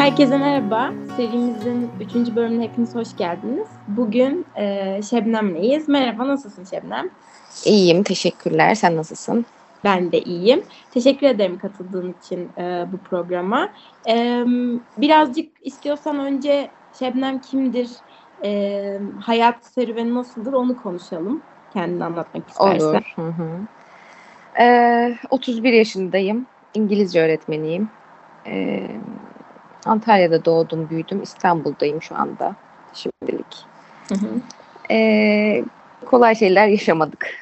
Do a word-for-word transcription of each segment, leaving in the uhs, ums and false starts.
Herkese merhaba. Serimizin üçüncü bölümüne hepiniz hoş geldiniz. Bugün e, Şebnem'leyiz. Merhaba, nasılsın Şebnem? İyiyim, teşekkürler. Sen nasılsın? Ben de iyiyim. Teşekkür ederim katıldığın için e, bu programa. E, birazcık istiyorsan önce Şebnem kimdir, e, hayat serüveni nasıldır onu konuşalım. Kendini anlatmak istersen. Olur. Hı hı. Ee, otuz bir yaşındayım. İngilizce öğretmeniyim. Ee, Antalya'da doğdum, büyüdüm. İstanbul'dayım şu anda şimdilik. Hı hı. Ee, kolay şeyler yaşamadık.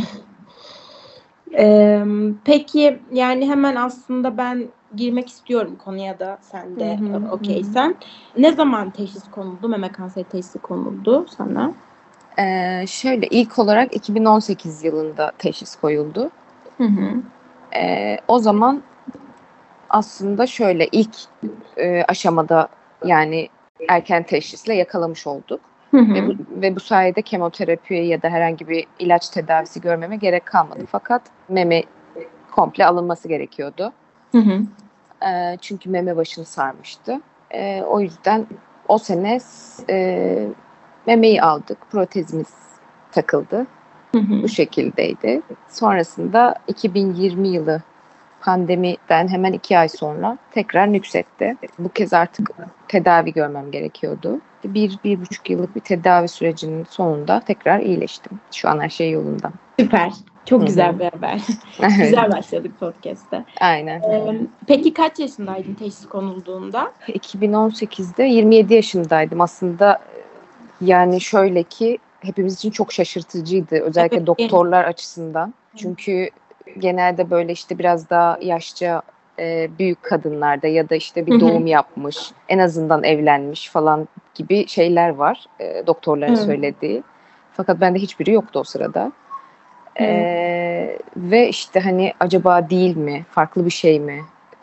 Ee, peki yani hemen aslında ben girmek istiyorum konuya da sen de okeysen. Ne zaman teşhis konuldu? Meme kanseri teşhisi konuldu sana? Ee, şöyle ilk olarak iki bin on sekiz yılında teşhis koyuldu. Hı hı. Ee, o zaman aslında şöyle ilk e, aşamada yani erken teşhisle yakalamış olduk. Hı hı. Ve, bu, ve bu sayede kemoterapi ya da herhangi bir ilaç tedavisi görmeme gerek kalmadı. Fakat meme komple alınması gerekiyordu. Hı hı. E, çünkü meme başını sarmıştı. E, o yüzden o sene e, memeyi aldık. Protezimiz takıldı. Hı hı. Bu şekildeydi. Sonrasında iki bin yirmi yılı pandemiden hemen iki ay sonra tekrar nüksetti. Bu kez artık tedavi görmem gerekiyordu. Bir, bir buçuk yıllık bir tedavi sürecinin sonunda tekrar iyileştim. Şu an her şey yolunda. Süper. Çok Hı-hı. güzel bir haber. Evet. Güzel başladık podcast'te. Aynen. Ee, peki kaç yaşındaydın teşhis konulduğunda? iki bin on sekizde yirmi yedi yaşındaydım. Aslında yani şöyle ki hepimiz için çok şaşırtıcıydı. Özellikle Evet. doktorlar açısından. Çünkü genelde böyle işte biraz daha yaşça e, büyük kadınlarda ya da işte bir doğum yapmış, en azından evlenmiş falan gibi şeyler var e, doktorların Evet. söylediği. Fakat bende hiçbiri yoktu o sırada. E, ve işte hani acaba değil mi, farklı bir şey mi,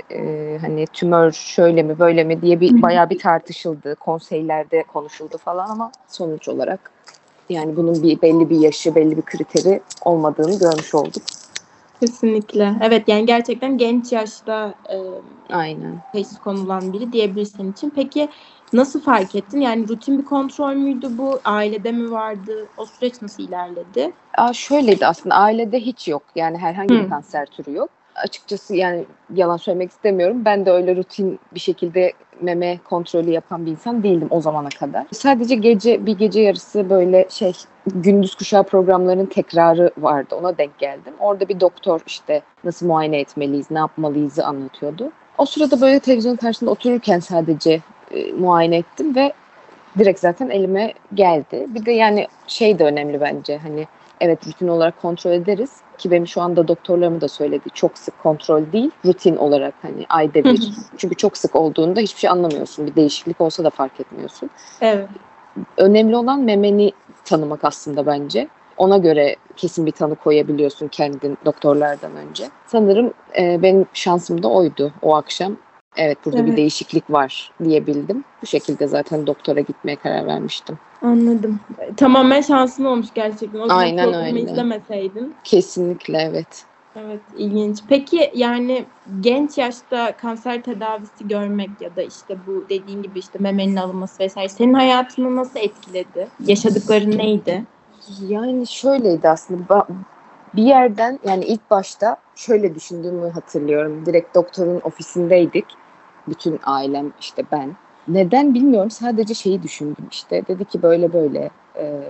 e, hani tümör şöyle mi böyle mi diye bir bayağı bir tartışıldı, konseylerde konuşuldu falan ama sonuç olarak yani bunun bir belli bir yaşı, belli bir kriteri olmadığını görmüş olduk. Kesinlikle. Evet yani gerçekten genç yaşta e, Aynen. teşhis konulan biri diyebiliriz senin için. Peki nasıl fark ettin? Yani rutin bir kontrol müydü bu? Ailede mi vardı? O süreç nasıl ilerledi? Aa, şöyleydi aslında ailede hiç yok. Yani herhangi Hı. bir kanser türü yok. Açıkçası yani yalan söylemek istemiyorum. Ben de öyle rutin bir şekilde meme kontrolü yapan bir insan değildim o zamana kadar. Sadece gece bir gece yarısı böyle şey gündüz kuşağı programlarının tekrarı vardı. Ona denk geldim. Orada bir doktor işte nasıl muayene etmeliyiz, ne yapmalıyızı anlatıyordu. O sırada böyle televizyon karşısında otururken sadece e, muayene ettim ve direkt zaten elime geldi. Bir de yani şey de önemli bence hani evet rutin olarak kontrol ederiz ki benim şu anda doktorlarım da söyledi. Çok sık kontrol değil, rutin olarak hani ayda bir. Çünkü çok sık olduğunda hiçbir şey anlamıyorsun. Bir değişiklik olsa da fark etmiyorsun. Evet. Önemli olan memeni tanımak aslında bence. Ona göre kesin bir tanı koyabiliyorsun kendin doktorlardan önce. Sanırım e, benim şansım da oydu o akşam. Evet burada Evet. bir değişiklik var diyebildim. Bu şekilde zaten doktora gitmeye karar vermiştim. Anladım. Tamamen şansın olmuş gerçekten. O zaman Aynen programı öyle. izlemeseydin. Kesinlikle evet. Evet, ilginç. Peki yani genç yaşta kanser tedavisi görmek ya da işte bu dediğin gibi işte memenin alınması vesaire senin hayatını nasıl etkiledi? Yaşadıkların neydi? Yani şöyleydi aslında. Bir yerden yani ilk başta şöyle düşündüğümü hatırlıyorum. Direkt doktorun ofisindeydik. Bütün ailem işte ben. Neden bilmiyorum. Sadece şeyi düşündüm işte. Dedi ki böyle böyle e,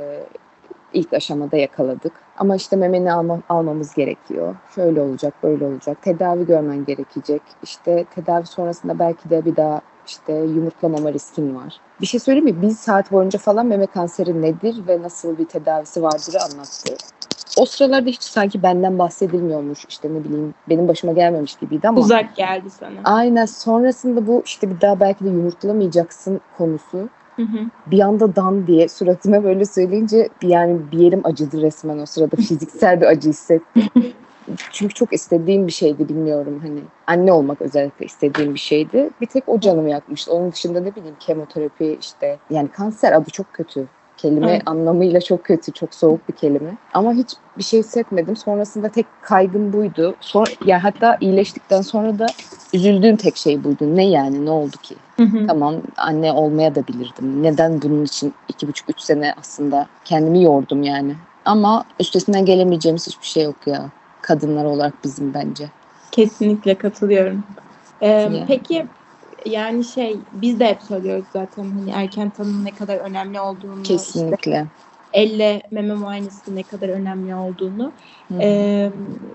ilk aşamada yakaladık. Ama işte memeni alma, almamız gerekiyor. Şöyle olacak, böyle olacak. Tedavi görmen gerekecek. İşte tedavi sonrasında belki de bir daha işte yumurtlamama riskin var. Bir şey söyleyeyim mi? Bir saat boyunca falan meme kanseri nedir ve nasıl bir tedavisi vardır anlattı. O sıralarda hiç sanki benden bahsedilmiyormuş işte ne bileyim benim başıma gelmemiş gibiydi ama. Uzak geldi sana. Aynen sonrasında bu işte bir daha belki de yumurtlamayacaksın konusu. Hı hı. Bir anda dan diye suratıma böyle söyleyince yani bir yerim acıdı resmen o sırada fiziksel bir acı hissettim. Çünkü çok istediğim bir şeydi bilmiyorum hani anne olmak özellikle istediğim bir şeydi. Bir tek o canımı yakmıştı. Onun dışında ne bileyim kemoterapi işte yani kanser adı çok kötü. Kelime Evet. anlamıyla çok kötü, çok soğuk bir kelime. Ama hiç bir şey hissetmedim. Sonrasında tek kaygım buydu. Sonra, yani hatta iyileştikten sonra da üzüldüğüm tek şey buydu. Ne yani, ne oldu ki? Hı hı. Tamam, anne olmaya da bilirdim. Neden bunun için iki buçuk üç sene aslında kendimi yordum yani. Ama üstesinden gelemeyeceğimiz hiçbir şey yok ya. Kadınlar olarak bizim bence. Kesinlikle katılıyorum. Ee, Yani. peki yani şey biz de hep söylüyoruz zaten hani erken tanının ne kadar önemli olduğunu, işte Kesinlikle. elle meme muayenesi ne kadar önemli olduğunu. Hı hı. Ee,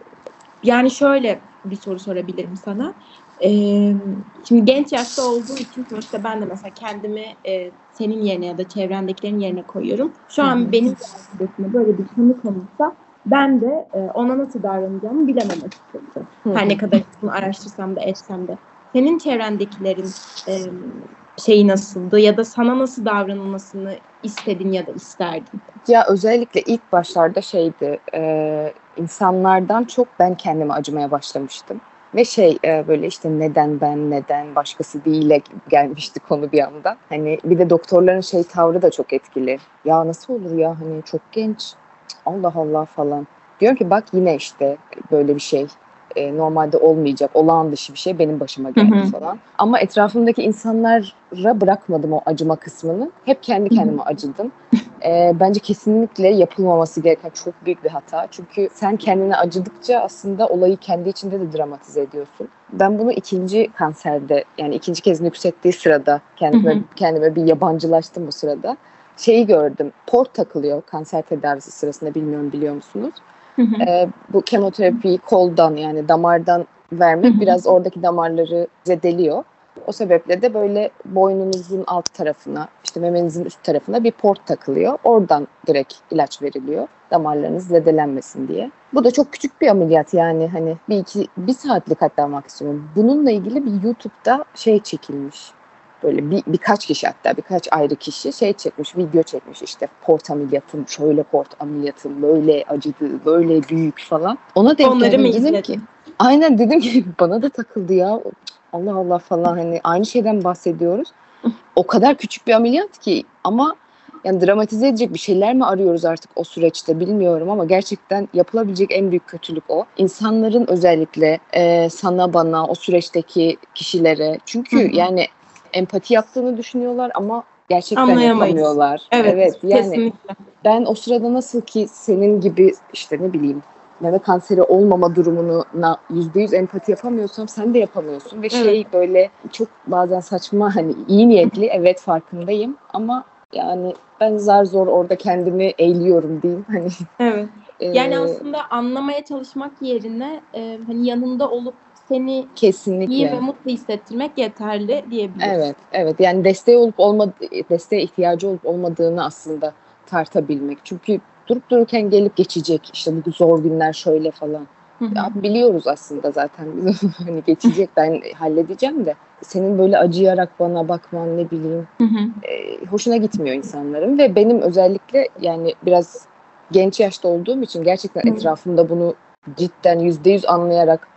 yani şöyle bir soru sorabilirim sana. Ee, şimdi genç yaşta olduğu için sonuçta ben de mesela kendimi e, senin yerine ya da çevrendekilerin yerine koyuyorum. Şu Hı an hı. benim arkadaşıma böyle bir tanı konulsa ben de e, ona nasıl davranacağımı bilemem açıkçası. Hı Her hı. ne kadar bunu araştırsam da etsem de. Senin çevrendekilerin e, şeyi nasıldı ya da sana nasıl davranılmasını istedin ya da isterdin? Ya özellikle ilk başlarda şeydi, e, insanlardan çok ben kendime acımaya başlamıştım. Ve şey e, böyle işte neden ben, neden başkası değil'e gelmişti konu bir anda. Hani bir de doktorların şey tavrı da çok etkili. Ya nasıl olur ya, hani çok genç, Cık, Allah Allah falan. Diyorum ki bak yine işte böyle bir şey. E, normalde olmayacak, olağan dışı bir şey benim başıma Hı geldi hı. falan. Ama etrafımdaki insanlara bırakmadım o acıma kısmını. Hep kendi Hı hı. kendime acıdım. E, bence kesinlikle yapılmaması gereken çok büyük bir hata. Çünkü sen kendine acıdıkça aslında olayı kendi içinde de dramatize ediyorsun. Ben bunu ikinci kanserde, yani ikinci kez nüksettiği sırada Hı kendime hı. kendime bir yabancılaştım bu sırada. Şeyi gördüm. Port takılıyor kanser tedavisi sırasında, bilmiyorum biliyor musunuz? Hı hı. E, bu kemoterapiyi koldan, yani damardan Hı vermek hı. biraz oradaki damarları zedeliyor. O sebeple de böyle boynunuzun alt tarafına, işte memenizin üst tarafına bir port takılıyor. Oradan direkt ilaç veriliyor. Damarlarınız zedelenmesin diye. Bu da çok küçük bir ameliyat, yani hani bir iki bir saatlik hatta maksimum. Bununla ilgili bir YouTube'da şey çekilmiş. Böyle bir, birkaç kişi, hatta birkaç ayrı kişi şey çekmiş, video çekmiş, işte port ameliyatım, şöyle port ameliyatım, böyle acıdı, böyle büyük falan. Ona denk Onları mı geldim, dedim ki izledin? aynen, dedim ki bana da takıldı ya. Allah Allah falan, hani aynı şeyden bahsediyoruz. O kadar küçük bir ameliyat ki, ama yani dramatize edecek bir şeyler mi arıyoruz artık o süreçte bilmiyorum, ama gerçekten yapılabilecek en büyük kötülük o. İnsanların özellikle e, sana, bana, o süreçteki kişilere, Hı çünkü hı. yani empati yaptığını düşünüyorlar ama gerçekten Anlayamayız. yapamıyorlar. Evet, Evet, yani kesinlikle. ben o sırada nasıl ki senin gibi işte ne bileyim meme kanseri olmama durumuna yüzde yüz empati yapamıyorsam sen de yapamıyorsun ve Evet. şey böyle çok bazen saçma, hani iyi niyetli, evet farkındayım ama yani ben zar zor orada kendimi eğliyorum diyeyim hani. Evet. e, Yani aslında anlamaya çalışmak yerine e, hani yanında olup seni iyi ve Kesinlikle. mutlu hissettirmek yeterli diyebiliriz. Evet, evet. Yani desteği olup olmadığı, desteğe ihtiyacı olup olmadığını aslında tartabilmek. Çünkü durup dururken gelip geçecek. İşte bu zor günler şöyle falan. Hı hı. Ya biliyoruz aslında zaten. Hani geçecek, ben halledeceğim de. Senin böyle acıyarak bana bakman, ne bileyim, Hı hı. e, hoşuna gitmiyor insanların. Ve benim özellikle yani biraz genç yaşta olduğum için gerçekten Hı. etrafımda bunu cidden yüzde yüz anlayarak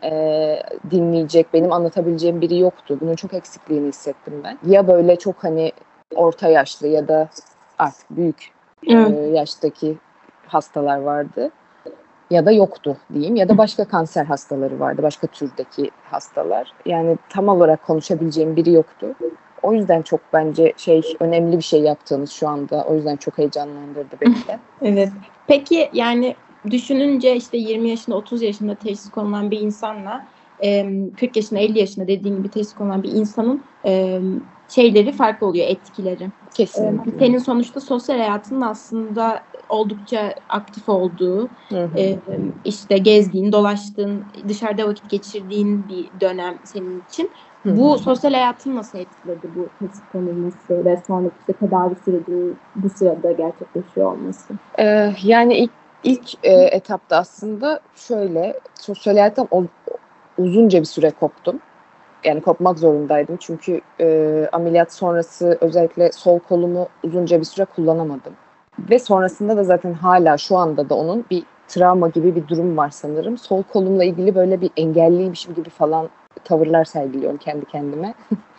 e, dinleyecek, benim anlatabileceğim biri yoktu. Bunun çok eksikliğini hissettim ben. Ya böyle çok hani orta yaşlı ya da artık büyük e, Evet. yaştaki hastalar vardı. Ya da yoktu diyeyim. Ya da başka kanser hastaları vardı. Başka türdeki hastalar. Yani tam olarak konuşabileceğim biri yoktu. O yüzden çok bence şey önemli bir şey yaptığınız şu anda. O yüzden çok heyecanlandırdı beni de. Evet. Peki yani düşününce işte yirmi yaşında otuz yaşında teşhis konulan bir insanla kırk yaşında elli yaşında dediğin gibi teşhis konulan bir insanın şeyleri farklı oluyor, etkileri. Kesinlikle. Senin sonuçta sosyal hayatının aslında oldukça aktif olduğu, Hı hı. işte gezdiğin, dolaştığın, dışarıda vakit geçirdiğin bir dönem senin için. Hı Bu hı. sosyal hayatını nasıl etkiledi bu teşhis konulması ve sonraki işte tedavi sürecinin bu sırada gerçekleşiyor olması? Ee, yani ilk ilk e, etapta aslında şöyle, sosyal hayattan o- uzunca bir süre koptum. Yani kopmak zorundaydım çünkü e, ameliyat sonrası özellikle sol kolumu uzunca bir süre kullanamadım. Ve sonrasında da zaten hala şu anda da onun bir travma gibi bir durum var sanırım. Sol kolumla ilgili böyle bir engelliymişim gibi falan tavırlar sergiliyorum kendi kendime.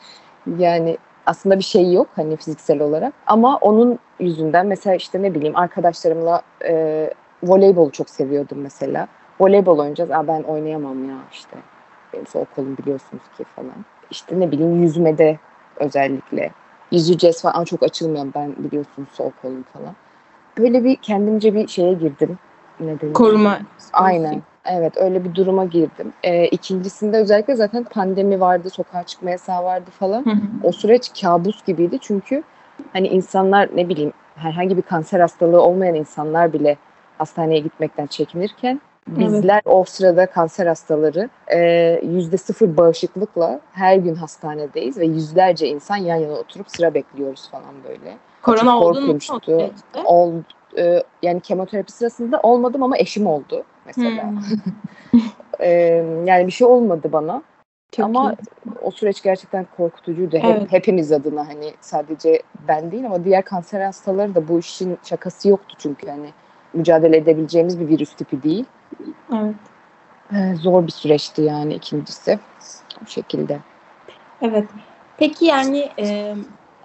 Yani aslında bir şey yok hani fiziksel olarak. Ama onun yüzünden mesela işte ne bileyim arkadaşlarımla e, voleybolu çok seviyordum mesela. Voleybol oynayacağız. Aa, ben oynayamam ya işte. Benim sol kolum biliyorsunuz ki falan. İşte ne bileyim yüzmede özellikle. Yüzeceğiz falan ama çok açılmıyorum ben, biliyorsun, sol kolum falan. Böyle bir kendimce bir şeye girdim. Ne denir? Koruma. Aynen. Evet, öyle bir duruma girdim. Ee, ikincisinde özellikle zaten pandemi vardı, sokağa çıkma yasağı vardı falan. Hı hı. O süreç kabus gibiydi çünkü hani insanlar, ne bileyim, herhangi bir kanser hastalığı olmayan insanlar bile hastaneye gitmekten çekinirken bizler evet. O sırada kanser hastaları e, yüzde sıfır bağışıklıkla her gün hastanedeyiz ve yüzlerce insan yan yana oturup sıra bekliyoruz falan böyle. Korona çok oldun mu? korkunçtu. Ol, e, yani kemoterapi sırasında olmadım ama eşim oldu mesela. Hmm. e, yani bir şey olmadı bana. Çok ama iyi. O süreç gerçekten korkutucuydu. Evet. Hep, hepimiz adına, hani sadece ben değil ama diğer kanser hastaları da, bu işin şakası yoktu çünkü hani mücadele edebileceğimiz bir virüs tipi değil. Evet. Ee, zor bir süreçti yani ikincisi. O şekilde. Evet. Peki yani e,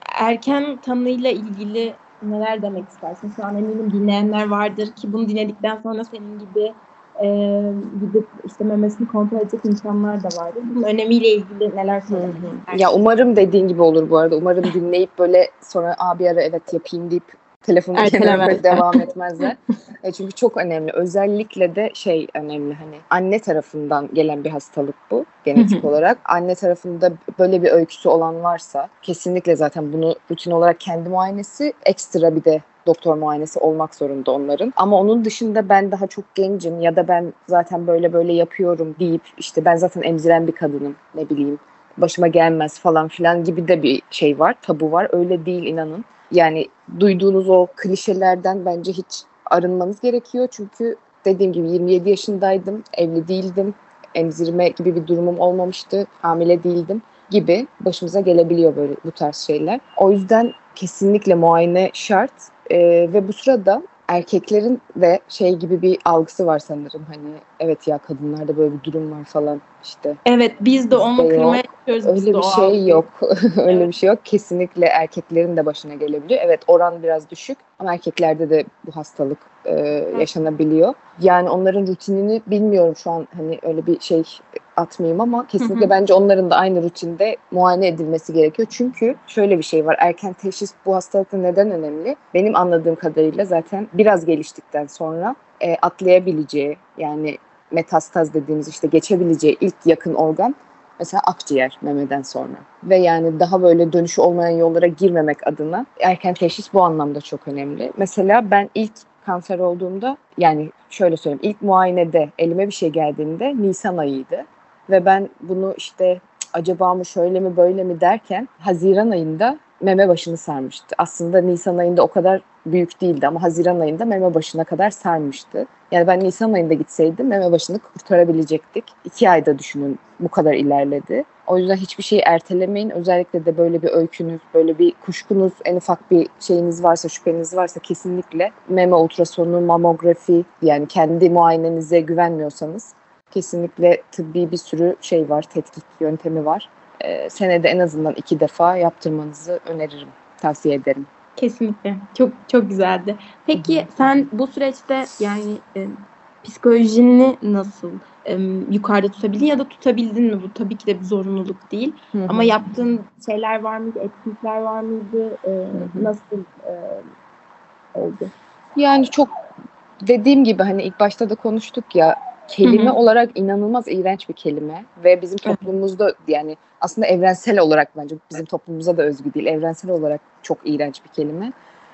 erken tanıyla ilgili neler demek istersin? Şu an eminim dinleyenler vardır ki bunu dinledikten sonra senin gibi e, gidip işte memesini kontrol edecek insanlar da vardır. Bunun önemiyle ilgili neler söylemek istersin? Ya umarım dediğin gibi olur bu arada. Umarım dinleyip böyle sonra abi ara evet yapayım deyip telefonu kenara koyup devam etmezler. E çünkü çok önemli. Özellikle de şey önemli, hani anne tarafından gelen bir hastalık bu genetik olarak. Anne tarafında böyle bir öyküsü olan varsa kesinlikle zaten bunu rutin olarak kendi muayenesi, ekstra bir de doktor muayenesi olmak zorunda onların. Ama onun dışında ben daha çok gencim ya da ben zaten böyle böyle yapıyorum deyip işte ben zaten emziren bir kadınım, ne bileyim, başıma gelmez falan filan gibi de bir şey var, tabu var. Öyle değil, inanın. Yani duyduğunuz o klişelerden bence hiç arınmanız gerekiyor. Çünkü dediğim gibi yirmi yedi yaşındaydım, evli değildim, emzirme gibi bir durumum olmamıştı, hamile değildim gibi başımıza gelebiliyor böyle bu tarz şeyler. O yüzden kesinlikle muayene şart. Ee, ve bu sırada erkeklerin de şey gibi bir algısı var sanırım, hani evet ya kadınlarda böyle bir durum var falan işte. Evet, biz de onu kırmaya çalışıyoruz. Öyle bir şey yok. Öyle evet. bir şey yok. Kesinlikle erkeklerin de başına gelebiliyor. Evet, oran biraz düşük ama erkeklerde de bu hastalık e, evet. yaşanabiliyor. Yani onların rutinini bilmiyorum şu an, hani öyle bir şey atmayayım ama kesinlikle hı hı. bence onların da aynı rutinde muayene edilmesi gerekiyor. Çünkü şöyle bir şey var. Erken teşhis bu hastalıkta neden önemli? Benim anladığım kadarıyla zaten biraz geliştikten sonra e, atlayabileceği, yani metastaz dediğimiz işte geçebileceği ilk yakın organ mesela akciğer, memeden sonra. Ve yani daha böyle dönüşü olmayan yollara girmemek adına erken teşhis bu anlamda çok önemli. Mesela ben ilk kanser olduğumda, yani şöyle söyleyeyim, ilk muayenede elime bir şey geldiğinde Nisan ayıydı. Ve ben bunu işte acaba mı şöyle mi böyle mi derken Haziran ayında meme başını sarmıştı. Aslında Nisan ayında o kadar büyük değildi ama Haziran ayında meme başına kadar sarmıştı. Yani ben Nisan ayında gitseydim meme başını kurtarabilecektik. İki ayda düşünün, bu kadar ilerledi. O yüzden hiçbir şeyi ertelemeyin. Özellikle de böyle bir öykünüz, böyle bir kuşkunuz, en ufak bir şeyiniz varsa, şüpheniz varsa kesinlikle meme ultrasonu, mamografi, yani kendi muayenenize güvenmiyorsanız kesinlikle tıbbi bir sürü şey var, tetkik yöntemi var. Ee, senede en azından iki defa yaptırmanızı öneririm, tavsiye ederim. Kesinlikle. Çok çok güzeldi. Peki Hı-hı. sen bu süreçte yani e, psikolojini nasıl e, yukarıda tutabildin ya da tutabildin mi? Bu tabii ki de bir zorunluluk değil. Hı-hı. Ama yaptığın şeyler var mıydı? Etkinlikler var mıydı? E, nasıl e, oldu? Yani çok, dediğim gibi hani ilk başta da konuştuk ya, kelime Hı-hı. olarak inanılmaz iğrenç bir kelime ve bizim toplumumuzda yani aslında evrensel olarak bence bizim toplumumuza da özgü değil, evrensel olarak çok iğrenç bir kelime.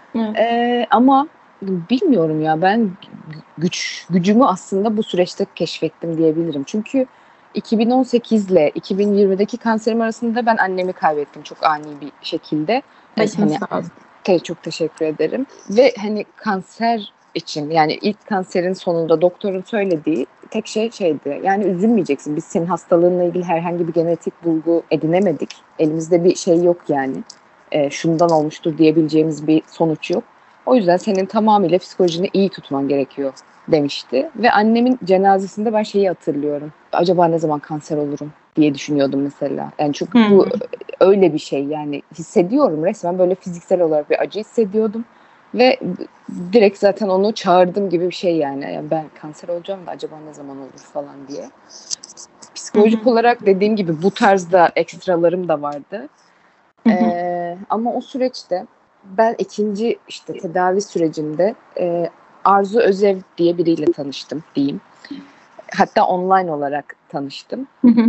Ee, ama bilmiyorum ya, ben güç gücümü aslında bu süreçte keşfettim diyebilirim. Çünkü iki bin on sekiz ile iki bin yirmideki kanserim arasında ben annemi kaybettim çok ani bir şekilde. Başınız sağ olsun. Te- çok teşekkür ederim. Ve hani kanser için, yani ilk kanserin sonunda doktorun söylediği tek şey şeydi. Yani üzülmeyeceksin. Biz senin hastalığınla ilgili herhangi bir genetik bulgu edinemedik. Elimizde bir şey yok yani. E, şundan olmuştur diyebileceğimiz bir sonuç yok. O yüzden senin tamamıyla psikolojini iyi tutman gerekiyor demişti. Ve annemin cenazesinde ben şeyi hatırlıyorum. Acaba ne zaman kanser olurum diye düşünüyordum mesela. Yani çünkü hmm. bu öyle bir şey, yani hissediyorum resmen, böyle fiziksel olarak bir acı hissediyordum. Ve direkt zaten onu çağırdım gibi bir şey yani. Yani ben kanser olacağım da acaba ne zaman olur falan diye. Psikolojik hı hı. olarak dediğim gibi bu tarzda ekstralarım da vardı. Ee, ama o süreçte ben ikinci işte tedavi sürecinde e, Arzu Özev diye biriyle tanıştım diyeyim. Hatta online olarak tanıştım.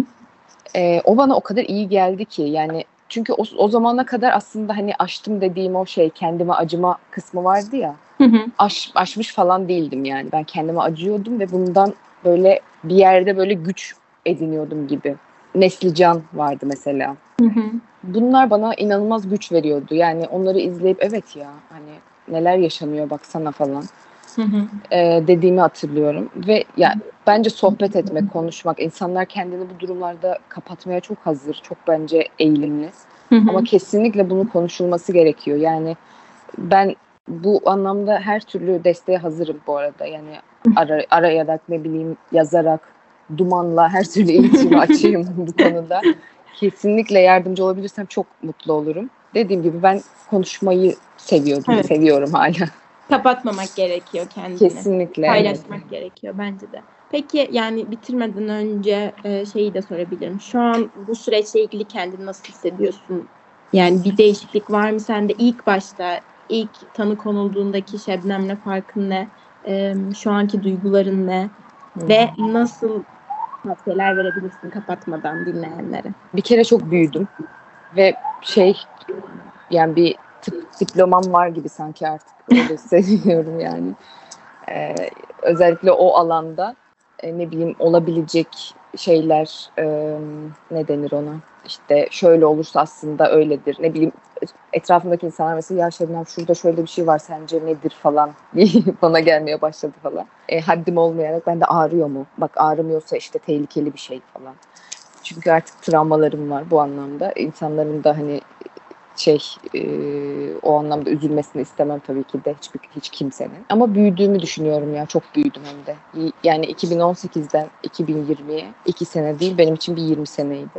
Ee, o bana o kadar iyi geldi ki yani çünkü o, o zamana kadar aslında hani aştım dediğim o şey kendime acıma kısmı vardı ya. Aş, aşmış falan değildim yani. Ben kendime acıyordum ve bundan böyle bir yerde böyle güç ediniyordum gibi. Neslican vardı mesela. Hı hı. Bunlar bana inanılmaz güç veriyordu. Yani onları izleyip evet ya hani neler yaşanıyor baksana falan Hı hı. e, dediğimi hatırlıyorum. Ve ya bence sohbet etmek, konuşmak, insanlar kendini bu durumlarda kapatmaya çok hazır, çok bence eğilimli. Hı hı. Ama kesinlikle bunun konuşulması gerekiyor. Yani ben bu anlamda her türlü desteğe hazırım bu arada. Yani ara, arayarak ne bileyim yazarak, dumanla her türlü iletişimi açayım bu konuda. Kesinlikle yardımcı olabilirsem çok mutlu olurum. Dediğim gibi ben konuşmayı seviyordum, Evet. seviyorum hala. Kapatmamak gerekiyor kendini. Kesinlikle. Paylaşmak Evet. gerekiyor bence de. Peki yani bitirmeden önce e, şeyi de sorabilirim. Şu an bu süreçle ilgili kendini nasıl hissediyorsun? Yani bir değişiklik var mı sende? İlk başta, ilk tanı konulduğundaki Şebnem'le farkın ne? E, şu anki duyguların ne? Hı. Ve nasıl tavsiyeler verebilirsin kapatmadan dinleyenlere? Bir kere çok büyüdüm ve şey yani bir tıp diplomam var gibi sanki artık öyle hissediyorum yani. Ee, özellikle o alanda e, ne bileyim olabilecek şeyler e, ne denir ona? İşte şöyle olursa aslında öyledir. Ne bileyim etrafımdaki insanlar mesela ya Şebnem şurada şöyle bir şey var sence nedir falan bana gelmeye başladı falan. E, haddim olmayarak ben de ağrıyor mu? Bak ağrımıyorsa işte tehlikeli bir şey falan. Çünkü artık travmalarım var bu anlamda. İnsanların da hani şey e, o anlamda üzülmesini istemem tabii ki de hiçbir hiç kimsenin. Ama büyüdüğümü düşünüyorum ya çok büyüdüm hem de. Yani iki bin on sekizden iki bin yirmiye iki sene değil benim için bir yirmi seneydi.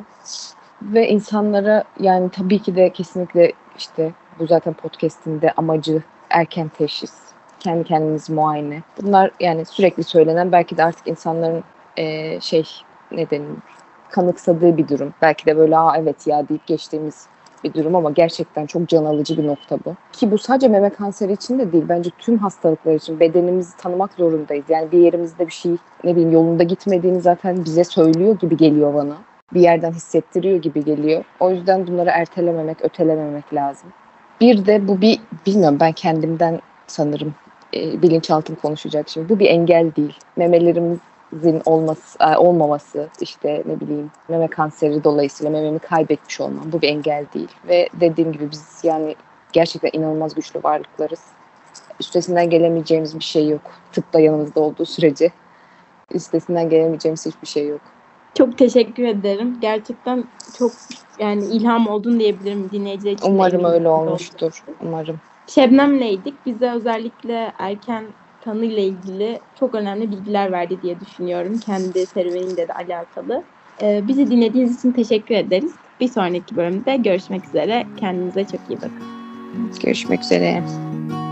Ve insanlara yani tabii ki de kesinlikle işte bu zaten podcast'in de amacı erken teşhis, kendi kendinizi muayene. Bunlar yani sürekli söylenen belki de artık insanların e, şey ne denir kanıksadığı bir durum. Belki de böyle aa evet ya deyip geçtiğimiz bir durum ama gerçekten çok can alıcı bir nokta bu. Ki bu sadece meme kanseri için de değil. Bence tüm hastalıklar için bedenimizi tanımak zorundayız. Yani bir yerimizde bir şey ne bileyim yolunda gitmediğini zaten bize söylüyor gibi geliyor bana. Bir yerden hissettiriyor gibi geliyor. O yüzden bunları ertelememek, ötelememek lazım. Bir de bu bir bilmiyorum ben kendimden sanırım e, bilinçaltım konuşacak şimdi. Bu bir engel değil. Memelerimiz zin olması, olmaması işte ne bileyim meme kanseri dolayısıyla mememi kaybetmiş olmam bu bir engel değil ve dediğim gibi biz yani gerçekten inanılmaz güçlü varlıklarız. Üstesinden gelemeyeceğimiz bir şey yok. Tıp da yanımızda olduğu sürece üstesinden gelemeyeceğimiz hiçbir şey yok. Çok teşekkür ederim. Gerçekten çok yani ilham oldun diyebilirim dinleyiciler için. Umarım öyle olmuştur. Oldu. Umarım. Şebnem'leydik. Bize özellikle erken tanıyla ilgili çok önemli bilgiler verdi diye düşünüyorum. Kendi serüveniyle de alakalı. Ee, bizi dinlediğiniz için teşekkür ederiz. Bir sonraki bölümde görüşmek üzere. Kendinize çok iyi bakın. Görüşmek üzere.